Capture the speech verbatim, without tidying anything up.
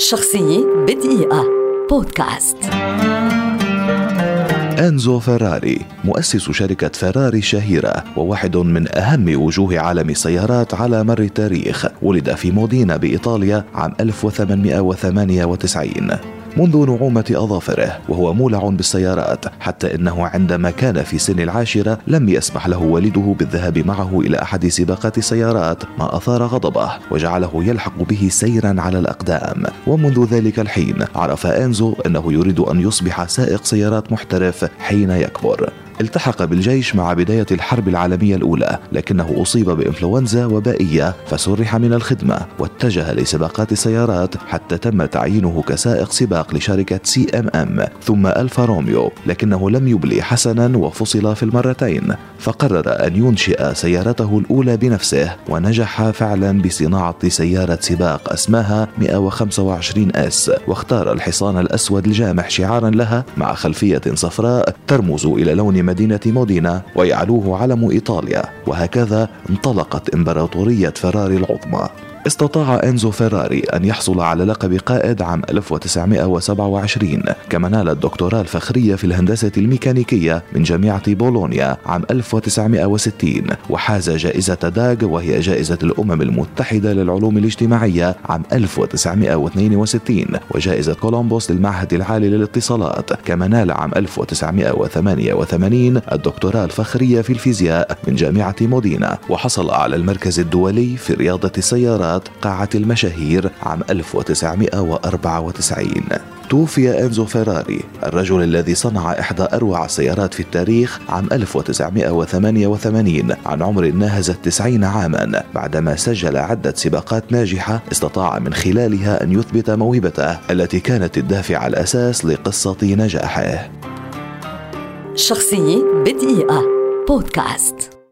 شخصية بدقيقة بودكاست. إنزو فيراري مؤسس شركة فيراري الشهيرة وواحد من أهم وجوه عالم السيارات على مر التاريخ. ولد في مودينا بإيطاليا عام ألف وثمانمائة وثمانية وتسعين. منذ نعومة أظافره وهو مولع بالسيارات، حتى إنه عندما كان في سن العاشرة لم يسمح له والده بالذهاب معه إلى أحد سباقات السيارات، ما أثار غضبه وجعله يلحق به سيرا على الأقدام. ومنذ ذلك الحين عرف إنزو أنه يريد أن يصبح سائق سيارات محترف حين يكبر. التحق بالجيش مع بداية الحرب العالمية الأولى، لكنه أصيب بإنفلونزا وبائية فسرح من الخدمة واتجه لسباقات السيارات حتى تم تعيينه كسائق سباق لشركة سي ام ام ثم ألفا روميو، لكنه لم يبلي حسنا وفصل في المرتين، فقرر أن ينشئ سيارته الأولى بنفسه ونجح فعلا بصناعة سيارة سباق اسمها مئة وخمسة وعشرين إس، واختار الحصان الأسود الجامح شعارا لها مع خلفية صفراء ترمز إلى لون مدينة مودينا ويعلوه علم إيطاليا. وهكذا انطلقت إمبراطورية فيراري العظمى. استطاع إنزو فيراري أن يحصل على لقب قائد عام ألف وتسعمائة وسبعة وعشرين، كما نال الدكتوراه الفخرية في الهندسة الميكانيكية من جامعة بولونيا عام ألف وتسعمائة وستين، وحاز جائزة داغ وهي جائزة الأمم المتحدة للعلوم الاجتماعية عام ألف وتسعمائة واثنين وستين، وجائزة كولومبوس للمعهد العالي للاتصالات. كما نال عام ألف وتسعمائة وثمانية وثمانين الدكتوراه الفخرية في الفيزياء من جامعة مودينا، وحصل على المركز الدولي في رياضة السيارات قاعة المشاهير عام ألف وتسعمائة وأربعة وتسعين. توفي إنزو فيراري الرجل الذي صنع إحدى أروع السيارات في التاريخ عام ألف وتسعمائة وثمانية وثمانين عن عمر ناهز التسعين عاما، بعدما سجل عدة سباقات ناجحة استطاع من خلالها أن يثبت موهبته التي كانت الدافع الأساس لقصة نجاحه. شخصية بدقيقة بودكاست.